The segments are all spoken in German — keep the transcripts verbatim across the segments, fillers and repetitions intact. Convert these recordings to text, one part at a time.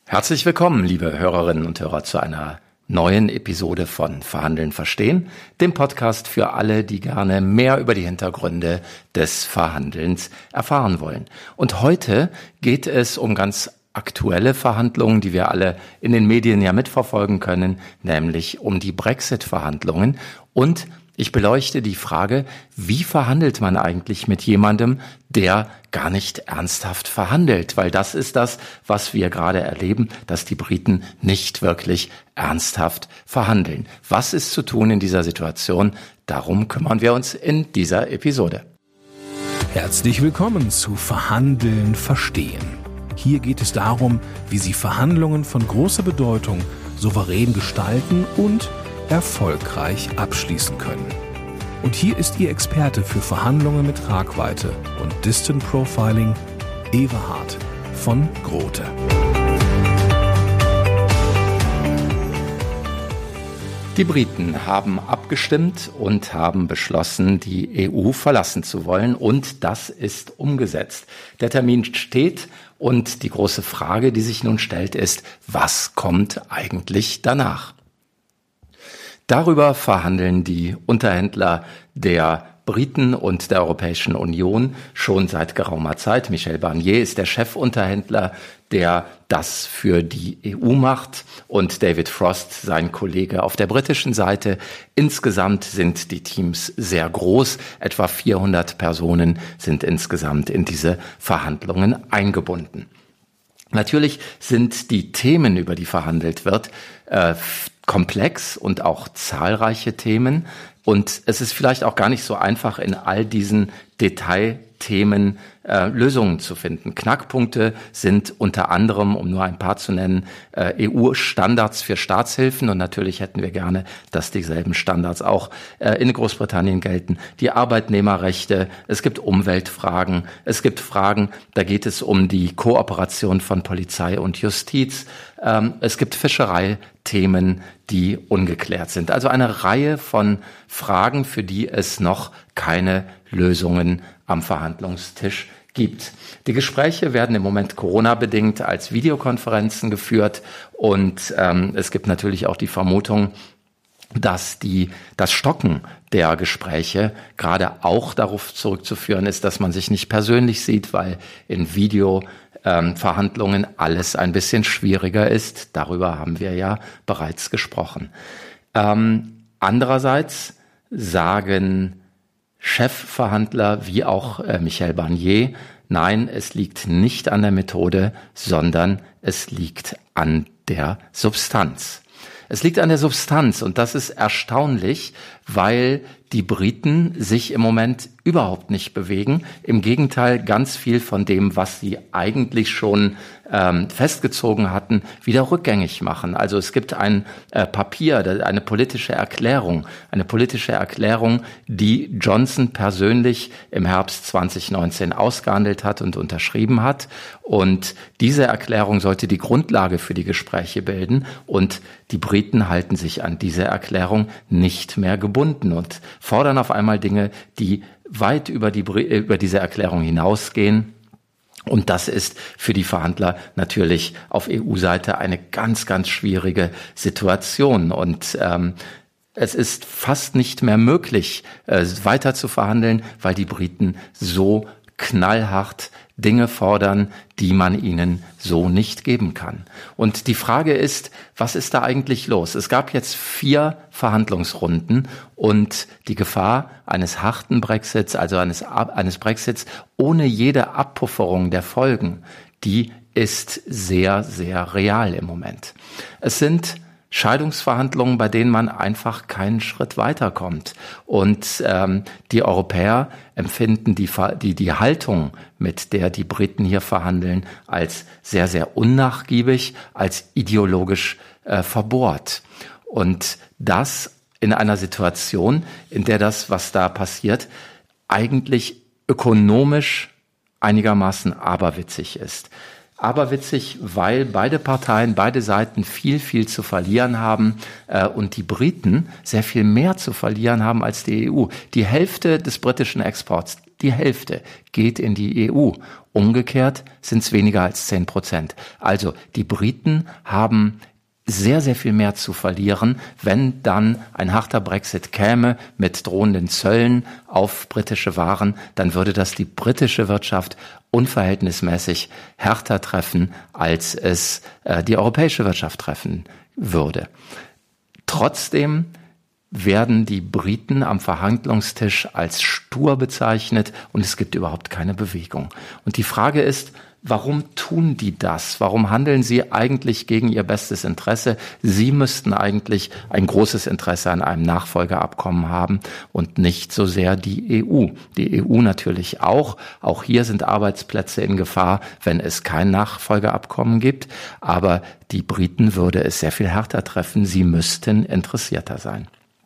Herzlich willkommen, liebe Hörerinnen und Hörer, zu einer neuen Episode von Verhandeln verstehen, dem Podcast für alle, die gerne mehr über die Hintergründe des Verhandelns erfahren wollen. Und heute geht es um ganz aktuelle Verhandlungen, die wir alle in den Medien ja mitverfolgen können, nämlich um die Brexit-Verhandlungen. Und ich beleuchte die Frage, wie verhandelt man eigentlich mit jemandem, der gar nicht ernsthaft verhandelt? Weil das ist das, was wir gerade erleben, dass die Briten nicht wirklich ernsthaft verhandeln. Was ist zu tun in dieser Situation? Darum kümmern wir uns in dieser Episode. Herzlich willkommen zu Verhandeln verstehen. Hier geht es darum, wie Sie Verhandlungen von großer Bedeutung souverän gestalten und erfolgreich abschließen können. Und hier ist Ihr Experte für Verhandlungen mit Tragweite und Distant Profiling, Everhard von Grote. Die Briten haben abgestimmt und haben beschlossen, die E U verlassen zu wollen, und das ist umgesetzt. Der Termin steht und die große Frage, die sich nun stellt, ist, was kommt eigentlich danach? Darüber verhandeln die Unterhändler der Briten und der Europäischen Union schon seit geraumer Zeit. Michel Barnier ist der Chefunterhändler, der das für die E U macht, und David Frost, sein Kollege auf der britischen Seite. Insgesamt sind die Teams sehr groß. Etwa vierhundert Personen sind insgesamt in diese Verhandlungen eingebunden. Natürlich sind die Themen, über die verhandelt wird, äh, komplex und auch zahlreiche Themen. Und es ist vielleicht auch gar nicht so einfach, in all diesen Detailthemen äh, Lösungen zu finden. Knackpunkte sind unter anderem, um nur ein paar zu nennen, äh, E U-Standards für Staatshilfen. Und natürlich hätten wir gerne, dass dieselben Standards auch äh, in Großbritannien gelten. Die Arbeitnehmerrechte, es gibt Umweltfragen, es gibt Fragen, da geht es um die Kooperation von Polizei und Justiz. Ähm, es gibt Fischereithemen, die ungeklärt sind. Also eine Reihe von Fragen, für die es noch keine Lösungen am Verhandlungstisch gibt. Die Gespräche werden im Moment Corona-bedingt als Videokonferenzen geführt, und ähm, es gibt natürlich auch die Vermutung, dass die, das Stocken der Gespräche gerade auch darauf zurückzuführen ist, dass man sich nicht persönlich sieht, weil in Video Ähm, Verhandlungen alles ein bisschen schwieriger ist. Darüber haben wir ja bereits gesprochen. Ähm, andererseits sagen Chefverhandler wie auch äh, Michel Barnier, nein, es liegt nicht an der Methode, sondern es liegt an der Substanz. Es liegt an der Substanz, und das ist erstaunlich, weil die Briten sich im Moment überhaupt nicht bewegen. Im Gegenteil, ganz viel von dem, was sie eigentlich schon ähm, festgezogen hatten, wieder rückgängig machen. Also es gibt ein äh, Papier, eine politische Erklärung, eine politische Erklärung, die Johnson persönlich im Herbst zwanzig neunzehn ausgehandelt hat und unterschrieben hat. Und diese Erklärung sollte die Grundlage für die Gespräche bilden. Und die Briten halten sich an diese Erklärung nicht mehr gebunden und fordern auf einmal Dinge, die weit über die, über diese Erklärung hinausgehen. Und das ist für die Verhandler natürlich auf E U-Seite eine ganz, ganz schwierige Situation. Und ähm, es ist fast nicht mehr möglich, äh, weiter zu verhandeln, weil die Briten so knallhart Dinge fordern, die man ihnen so nicht geben kann. Und die Frage ist, was ist da eigentlich los? Es gab jetzt vier Verhandlungsrunden, und die Gefahr eines harten Brexits, also eines, eines Brexits ohne jede Abpufferung der Folgen, die ist sehr, sehr real im Moment. Es sind Scheidungsverhandlungen, bei denen man einfach keinen Schritt weiterkommt. Und ähm, die Europäer empfinden die, die, die Haltung, mit der die Briten hier verhandeln, als sehr, sehr unnachgiebig, als ideologisch äh, verbohrt. Und das in einer Situation, in der das, was da passiert, eigentlich ökonomisch einigermaßen aberwitzig ist. Aberwitzig, weil beide Parteien, beide Seiten viel, viel zu verlieren haben äh, und die Briten sehr viel mehr zu verlieren haben als die E U. Die Hälfte des britischen Exports die Hälfte geht in die E U. Umgekehrt sind es weniger als zehn Prozent. Also die Briten haben sehr, sehr viel mehr zu verlieren, wenn dann ein harter Brexit käme mit drohenden Zöllen auf britische Waren, dann würde das die britische Wirtschaft unverhältnismäßig härter treffen, als es äh, die europäische Wirtschaft treffen würde. Trotzdem werden die Briten am Verhandlungstisch als stur bezeichnet und es gibt überhaupt keine Bewegung. Und die Frage ist, warum tun die das? Warum handeln sie eigentlich gegen ihr bestes Interesse? Sie müssten eigentlich ein großes Interesse an einem Nachfolgeabkommen haben und nicht so sehr die E U. Die E U natürlich auch. Auch hier sind Arbeitsplätze in Gefahr, wenn es kein Nachfolgeabkommen gibt. Aber die Briten würde es sehr viel härter treffen. Sie müssten interessierter sein.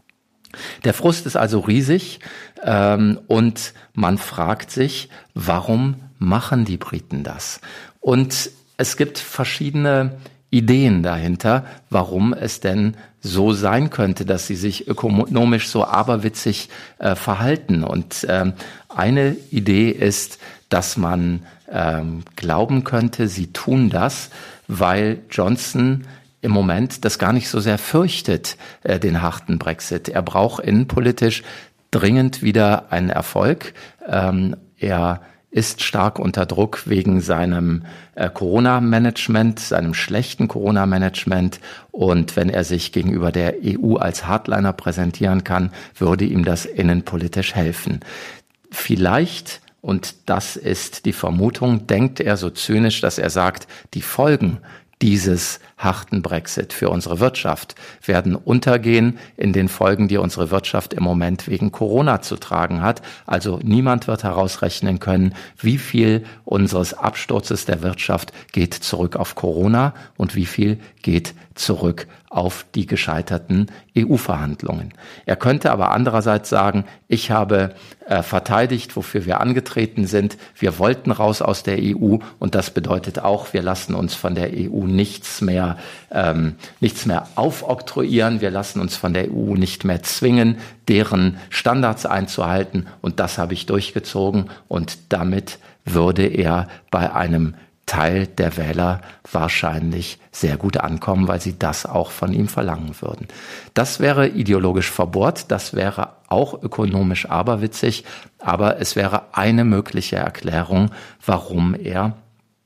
Der Frust ist also riesig ähm, und man fragt sich, warum machen die Briten das? Und es gibt verschiedene Ideen dahinter, warum es denn so sein könnte, dass sie sich ökonomisch so aberwitzig äh, verhalten. Und ähm, eine Idee ist, dass man ähm, glauben könnte, sie tun das, weil Johnson im Moment das gar nicht so sehr fürchtet, äh, den harten Brexit. Er braucht innenpolitisch dringend wieder einen Erfolg. Ähm, er ist stark unter Druck wegen seinem äh, Corona-Management, seinem schlechten Corona-Management. Und wenn er sich gegenüber der E U als Hardliner präsentieren kann, würde ihm das innenpolitisch helfen. Vielleicht, und das ist die Vermutung, denkt er so zynisch, dass er sagt, die Folgen dieses harten Brexit für unsere Wirtschaft werden untergehen in den Folgen, die unsere Wirtschaft im Moment wegen Corona zu tragen hat. Also niemand wird herausrechnen können, wie viel unseres Absturzes der Wirtschaft geht zurück auf Corona und wie viel geht zurück auf die gescheiterten E U-Verhandlungen. Er könnte aber andererseits sagen, ich habe äh, verteidigt, wofür wir angetreten sind. Wir wollten raus aus der E U und das bedeutet auch, wir lassen uns von der E U nichts mehr, ähm, nichts mehr aufoktroyieren. Wir lassen uns von der E U nicht mehr zwingen, deren Standards einzuhalten und das habe ich durchgezogen und damit würde er bei einem Teil der Wähler wahrscheinlich sehr gut ankommen, weil sie das auch von ihm verlangen würden. Das wäre ideologisch verbohrt, das wäre auch ökonomisch aberwitzig, aber es wäre eine mögliche Erklärung, warum er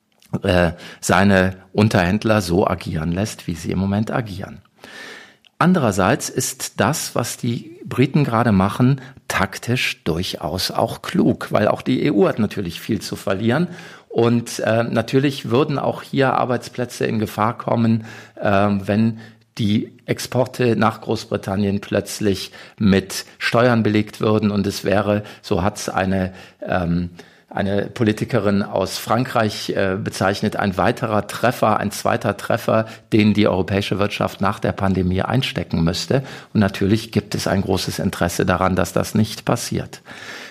äh, seine Unterhändler so agieren lässt, wie sie im Moment agieren. Andererseits ist das, was die Briten gerade machen, taktisch durchaus auch klug, weil auch die E U hat natürlich viel zu verlieren. Und äh, natürlich würden auch hier Arbeitsplätze in Gefahr kommen, äh, wenn die Exporte nach Großbritannien plötzlich mit Steuern belegt würden. Und es wäre, so hat es eine ähm, eine Politikerin aus Frankreich äh, bezeichnet, ein weiterer Treffer, ein zweiter Treffer, den die europäische Wirtschaft nach der Pandemie einstecken müsste. Und natürlich gibt es ein großes Interesse daran, dass das nicht passiert.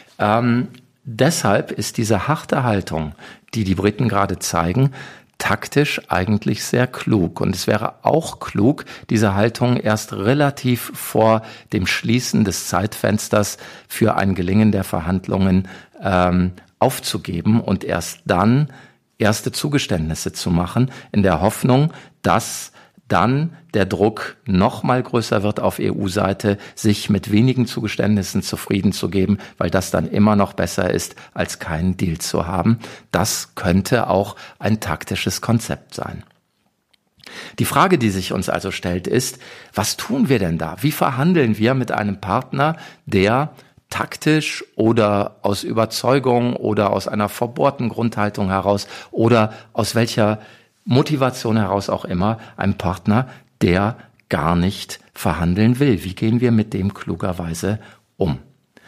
Ähm, deshalb ist diese harte Haltung, die die Briten gerade zeigen, taktisch eigentlich sehr klug. Und es wäre auch klug, diese Haltung erst relativ vor dem Schließen des Zeitfensters für ein Gelingen der Verhandlungen ähm, aufzugeben und erst dann erste Zugeständnisse zu machen, in der Hoffnung, dass dann der Druck noch mal größer wird auf E U-Seite, sich mit wenigen Zugeständnissen zufrieden zu geben, weil das dann immer noch besser ist, als keinen Deal zu haben. Das könnte auch ein taktisches Konzept sein. Die Frage, die sich uns also stellt, ist, was tun wir denn da? Wie verhandeln wir mit einem Partner, der taktisch oder aus Überzeugung oder aus einer verbohrten Grundhaltung heraus oder aus welcher Motivation heraus auch immer, ein Partner, der gar nicht verhandeln will. Wie gehen wir mit dem klugerweise um?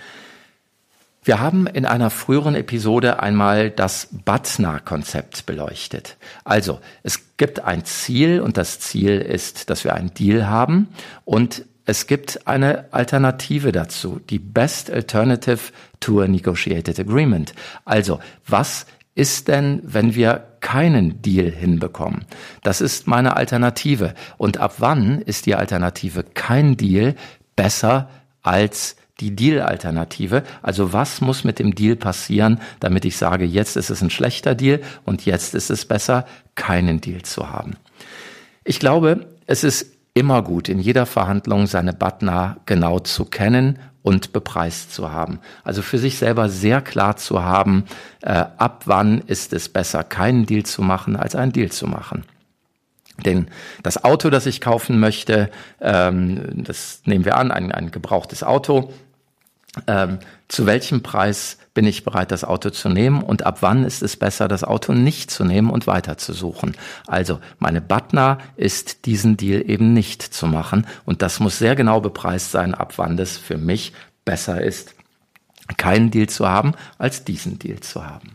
Wir haben in einer früheren Episode einmal das BATNA-Konzept beleuchtet. Also, es gibt ein Ziel und das Ziel ist, dass wir einen Deal haben und es gibt eine Alternative dazu, die Best Alternative to a Negotiated Agreement. Also, was ist denn, wenn wir keinen Deal hinbekommen? Das ist meine Alternative. Und ab wann ist die Alternative kein Deal besser als die Deal-Alternative. Also was muss mit dem Deal passieren, damit ich sage, jetzt ist es ein schlechter Deal und jetzt ist es besser, keinen Deal zu haben. Ich glaube, es ist immer gut, in jeder Verhandlung seine Partner genau zu kennen und bepreist zu haben. Also für sich selber sehr klar zu haben, äh, ab wann ist es besser, keinen Deal zu machen, als einen Deal zu machen. Denn das Auto, das ich kaufen möchte, ähm, das nehmen wir an, ein, ein gebrauchtes Auto, ähm, zu welchem Preis bin ich bereit, das Auto zu nehmen und ab wann ist es besser, das Auto nicht zu nehmen und weiterzusuchen. Also meine Partner ist, diesen Deal eben nicht zu machen und das muss sehr genau bepreist sein, ab wann das für mich besser ist, keinen Deal zu haben, als diesen Deal zu haben.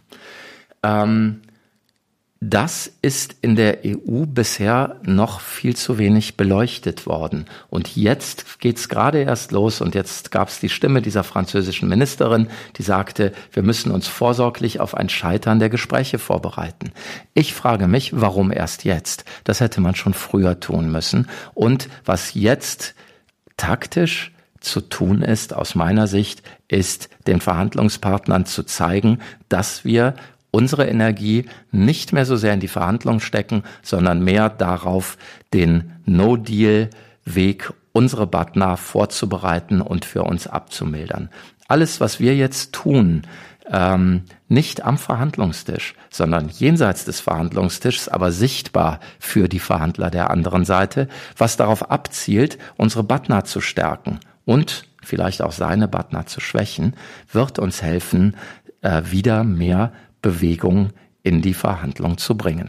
Ähm, Das ist in der E U bisher noch viel zu wenig beleuchtet worden. Und jetzt geht's gerade erst los und jetzt gab's die Stimme dieser französischen Ministerin, die sagte, wir müssen uns vorsorglich auf ein Scheitern der Gespräche vorbereiten. Ich frage mich, warum erst jetzt? Das hätte man schon früher tun müssen. Und was jetzt taktisch zu tun ist, aus meiner Sicht, ist den Verhandlungspartnern zu zeigen, dass wir unsere Energie nicht mehr so sehr in die Verhandlungen stecken, sondern mehr darauf, den No-Deal-Weg unsere Partner vorzubereiten und für uns abzumildern. Alles, was wir jetzt tun, ähm, nicht am Verhandlungstisch, sondern jenseits des Verhandlungstischs, aber sichtbar für die Verhandler der anderen Seite, was darauf abzielt, unsere Partner zu stärken und vielleicht auch seine Partner zu schwächen, wird uns helfen, äh, wieder mehr Bewegung in die Verhandlung zu bringen.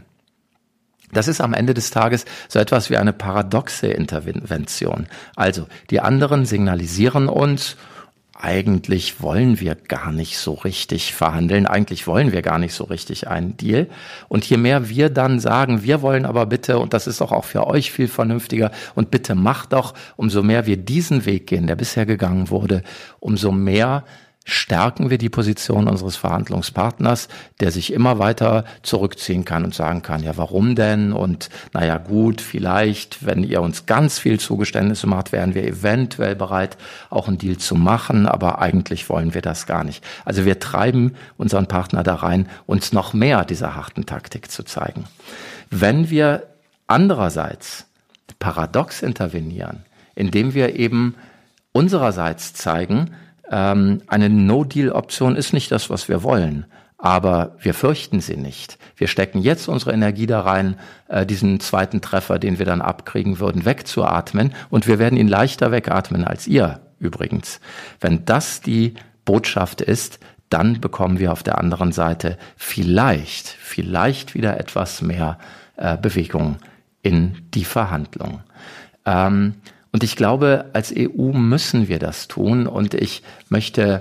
Das ist am Ende des Tages so etwas wie eine paradoxe Intervention. Also die anderen signalisieren uns, eigentlich wollen wir gar nicht so richtig verhandeln, eigentlich wollen wir gar nicht so richtig einen Deal. Und je mehr wir dann sagen, wir wollen aber bitte, und das ist doch auch für euch viel vernünftiger, und bitte macht doch, umso mehr wir diesen Weg gehen, der bisher gegangen wurde, umso mehr stärken wir die Position unseres Verhandlungspartners, der sich immer weiter zurückziehen kann und sagen kann, ja, warum denn? Und naja, gut, vielleicht, wenn ihr uns ganz viel Zugeständnisse macht, wären wir eventuell bereit, auch einen Deal zu machen, aber eigentlich wollen wir das gar nicht. Also wir treiben unseren Partner da rein, uns noch mehr dieser harten Taktik zu zeigen. Wenn wir andererseits paradox intervenieren, indem wir eben unsererseits zeigen, eine No-Deal-Option ist nicht das, was wir wollen, aber wir fürchten sie nicht. Wir stecken jetzt unsere Energie da rein, diesen zweiten Treffer, den wir dann abkriegen würden, wegzuatmen und wir werden ihn leichter wegatmen als ihr übrigens. Wenn das die Botschaft ist, dann bekommen wir auf der anderen Seite vielleicht, vielleicht wieder etwas mehr Bewegung in die Verhandlung. Ähm, Und ich glaube, als E U müssen wir das tun. Und ich möchte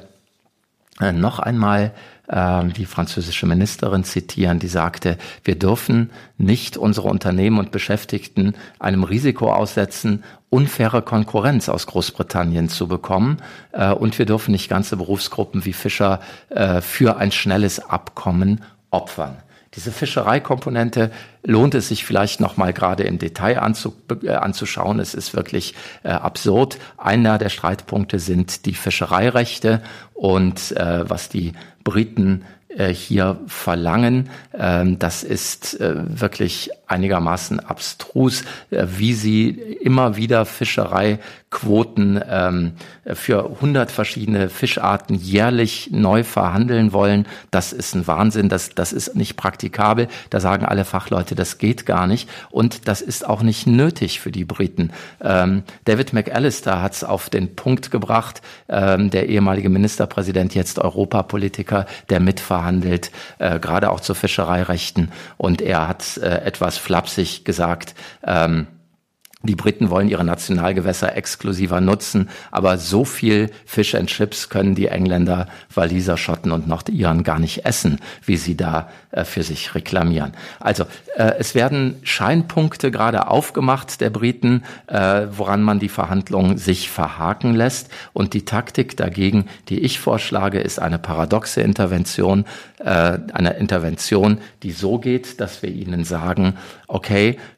noch einmal äh, die französische Ministerin zitieren, die sagte, wir dürfen nicht unsere Unternehmen und Beschäftigten einem Risiko aussetzen, unfaire Konkurrenz aus Großbritannien zu bekommen. Äh, und wir dürfen nicht ganze Berufsgruppen wie Fischer äh, für ein schnelles Abkommen opfern. Diese Fischereikomponente lohnt es sich vielleicht noch mal gerade im Detail anzu, äh, anzuschauen. Es ist wirklich äh, absurd. Einer der Streitpunkte sind die Fischereirechte und äh, was die Briten äh, hier verlangen. Ähm, das ist äh, wirklich einigermaßen abstrus, äh, wie sie immer wieder Fischereiquoten ähm, für hundert verschiedene Fischarten jährlich neu verhandeln wollen. Das ist ein Wahnsinn. Das, das ist nicht praktikabel. Da sagen alle Fachleute, das geht gar nicht. Und das ist auch nicht nötig für die Briten. Ähm, David McAllister hat es auf den Punkt gebracht, ähm, der ehemalige Ministerpräsident, jetzt Europapolitiker, der mitverhandelt, äh, gerade auch zu Fischereirechten. Und er hat äh, etwas flapsig gesagt, ähm, die Briten wollen ihre Nationalgewässer exklusiver nutzen, aber so viel Fish and Chips können die Engländer, Waliser, Schotten und Nordiren gar nicht essen, wie sie da äh, für sich reklamieren. Also äh, es werden Scheinpunkte gerade aufgemacht der Briten, äh, woran man die Verhandlungen sich verhaken lässt. Und die Taktik dagegen, die ich vorschlage, ist eine paradoxe Intervention, äh, eine Intervention, die so geht, dass wir ihnen sagen, okay,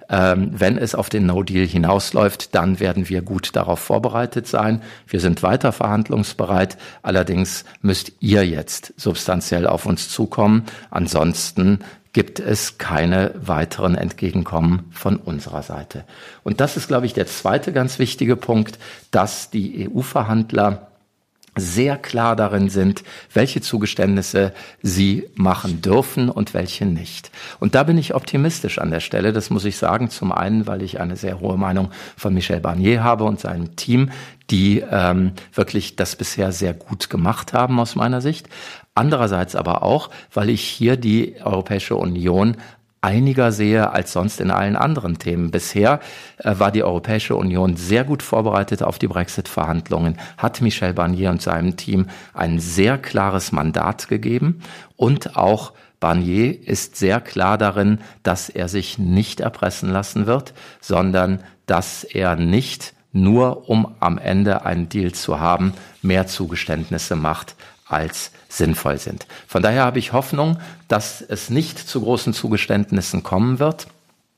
Ähm, wenn es auf den No-Deal hinausläuft, dann werden wir gut darauf vorbereitet sein. Wir sind weiter verhandlungsbereit. Allerdings müsst ihr jetzt substanziell auf uns zukommen. Ansonsten gibt es keine weiteren Entgegenkommen von unserer Seite. Und das ist, glaube ich, der zweite ganz wichtige Punkt, dass die E U-Verhandler sehr klar darin sind, welche Zugeständnisse sie machen dürfen und welche nicht. Und da bin ich optimistisch an der Stelle, das muss ich sagen. Zum einen, weil ich eine sehr hohe Meinung von Michel Barnier habe und seinem Team, die ähm, wirklich das bisher sehr gut gemacht haben aus meiner Sicht. Andererseits aber auch, weil ich hier die Europäische Union einiger sehe als sonst in allen anderen Themen. Bisher äh, war die Europäische Union sehr gut vorbereitet auf die Brexit-Verhandlungen, hat Michel Barnier und seinem Team ein sehr klares Mandat gegeben und auch Barnier ist sehr klar darin, dass er sich nicht erpressen lassen wird, sondern dass er nicht nur, um am Ende einen Deal zu haben, mehr Zugeständnisse macht, als sinnvoll sind. Von daher habe ich Hoffnung, dass es nicht zu großen Zugeständnissen kommen wird.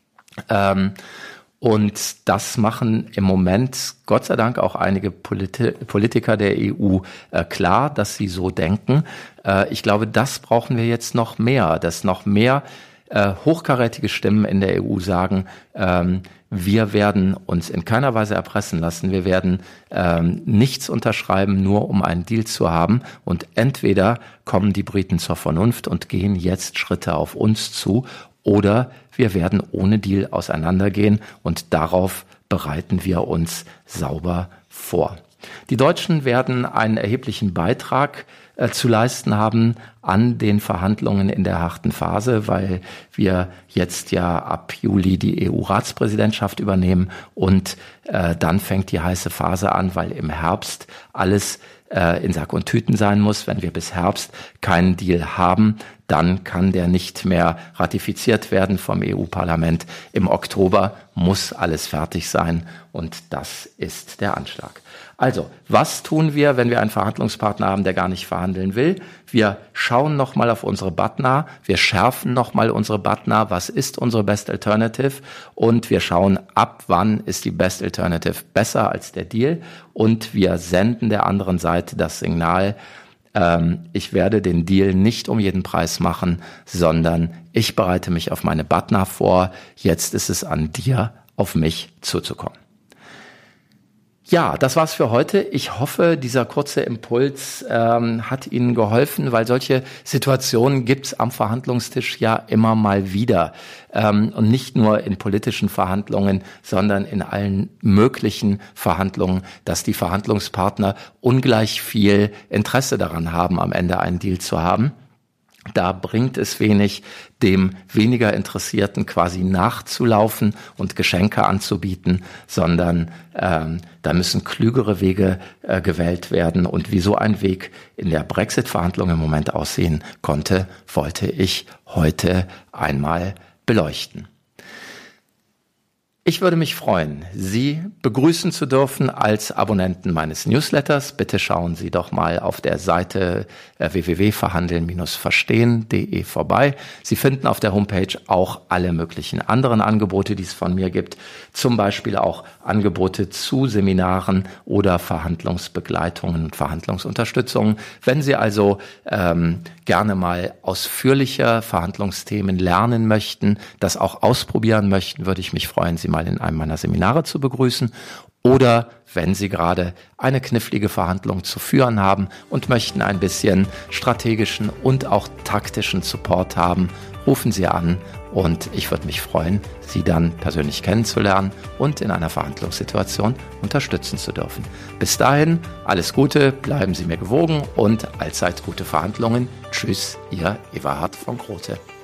Ähm, und das machen im Moment Gott sei Dank auch einige Politi- Politiker der E U äh, klar, dass sie so denken. Äh, ich glaube, das brauchen wir jetzt noch mehr, dass noch mehr äh, hochkarätige Stimmen in der E U sagen, ähm, wir werden uns in keiner Weise erpressen lassen. Wir werden ähm, nichts unterschreiben, nur um einen Deal zu haben. Und entweder kommen die Briten zur Vernunft und gehen jetzt Schritte auf uns zu, oder wir werden ohne Deal auseinandergehen und darauf bereiten wir uns sauber vor. Die Deutschen werden einen erheblichen Beitrag äh, zu leisten haben an den Verhandlungen in der harten Phase, weil wir jetzt ja ab Juli die E U-Ratspräsidentschaft übernehmen und äh, dann fängt die heiße Phase an, weil im Herbst alles äh, in Sack und Tüten sein muss. Wenn wir bis Herbst keinen Deal haben, dann kann der nicht mehr ratifiziert werden vom E U-Parlament. Im Oktober muss alles fertig sein und das ist der Anschlag. Also, was tun wir, wenn wir einen Verhandlungspartner haben, der gar nicht verhandeln will? Wir schauen nochmal auf unsere B A T N A, wir schärfen nochmal unsere B A T N A, was ist unsere Best Alternative? Und wir schauen, ab wann ist die Best Alternative besser als der Deal? Und wir senden der anderen Seite das Signal, ähm, ich werde den Deal nicht um jeden Preis machen, sondern ich bereite mich auf meine B A T N A vor. Jetzt ist es an dir, auf mich zuzukommen. Ja, das war's für heute. Ich hoffe, dieser kurze Impuls ähm, hat Ihnen geholfen, weil solche Situationen gibt's am Verhandlungstisch ja immer mal wieder. Ähm, und nicht nur in politischen Verhandlungen, sondern in allen möglichen Verhandlungen, dass die Verhandlungspartner ungleich viel Interesse daran haben, am Ende einen Deal zu haben. Da bringt es wenig, dem weniger Interessierten quasi nachzulaufen und Geschenke anzubieten, sondern ähm, da müssen klügere Wege äh, gewählt werden. Und wie so ein Weg in der Brexit-Verhandlung im Moment aussehen konnte, wollte ich heute einmal beleuchten. Ich würde mich freuen, Sie begrüßen zu dürfen als Abonnenten meines Newsletters. Bitte schauen Sie doch mal auf der Seite w w w punkt verhandeln Bindestrich verstehen punkt de vorbei. Sie finden auf der Homepage auch alle möglichen anderen Angebote, die es von mir gibt. Zum Beispiel auch Angebote zu Seminaren oder Verhandlungsbegleitungen und Verhandlungsunterstützungen. Wenn Sie also ähm, gerne mal ausführlicher Verhandlungsthemen lernen möchten, das auch ausprobieren möchten, würde ich mich freuen, Sie mal in einem meiner Seminare zu begrüßen. Oder wenn Sie gerade eine knifflige Verhandlung zu führen haben und möchten ein bisschen strategischen und auch taktischen Support haben, rufen Sie an und ich würde mich freuen, Sie dann persönlich kennenzulernen und in einer Verhandlungssituation unterstützen zu dürfen. Bis dahin, alles Gute, bleiben Sie mir gewogen und allzeit gute Verhandlungen. Tschüss, Ihr Eberhard von Grote.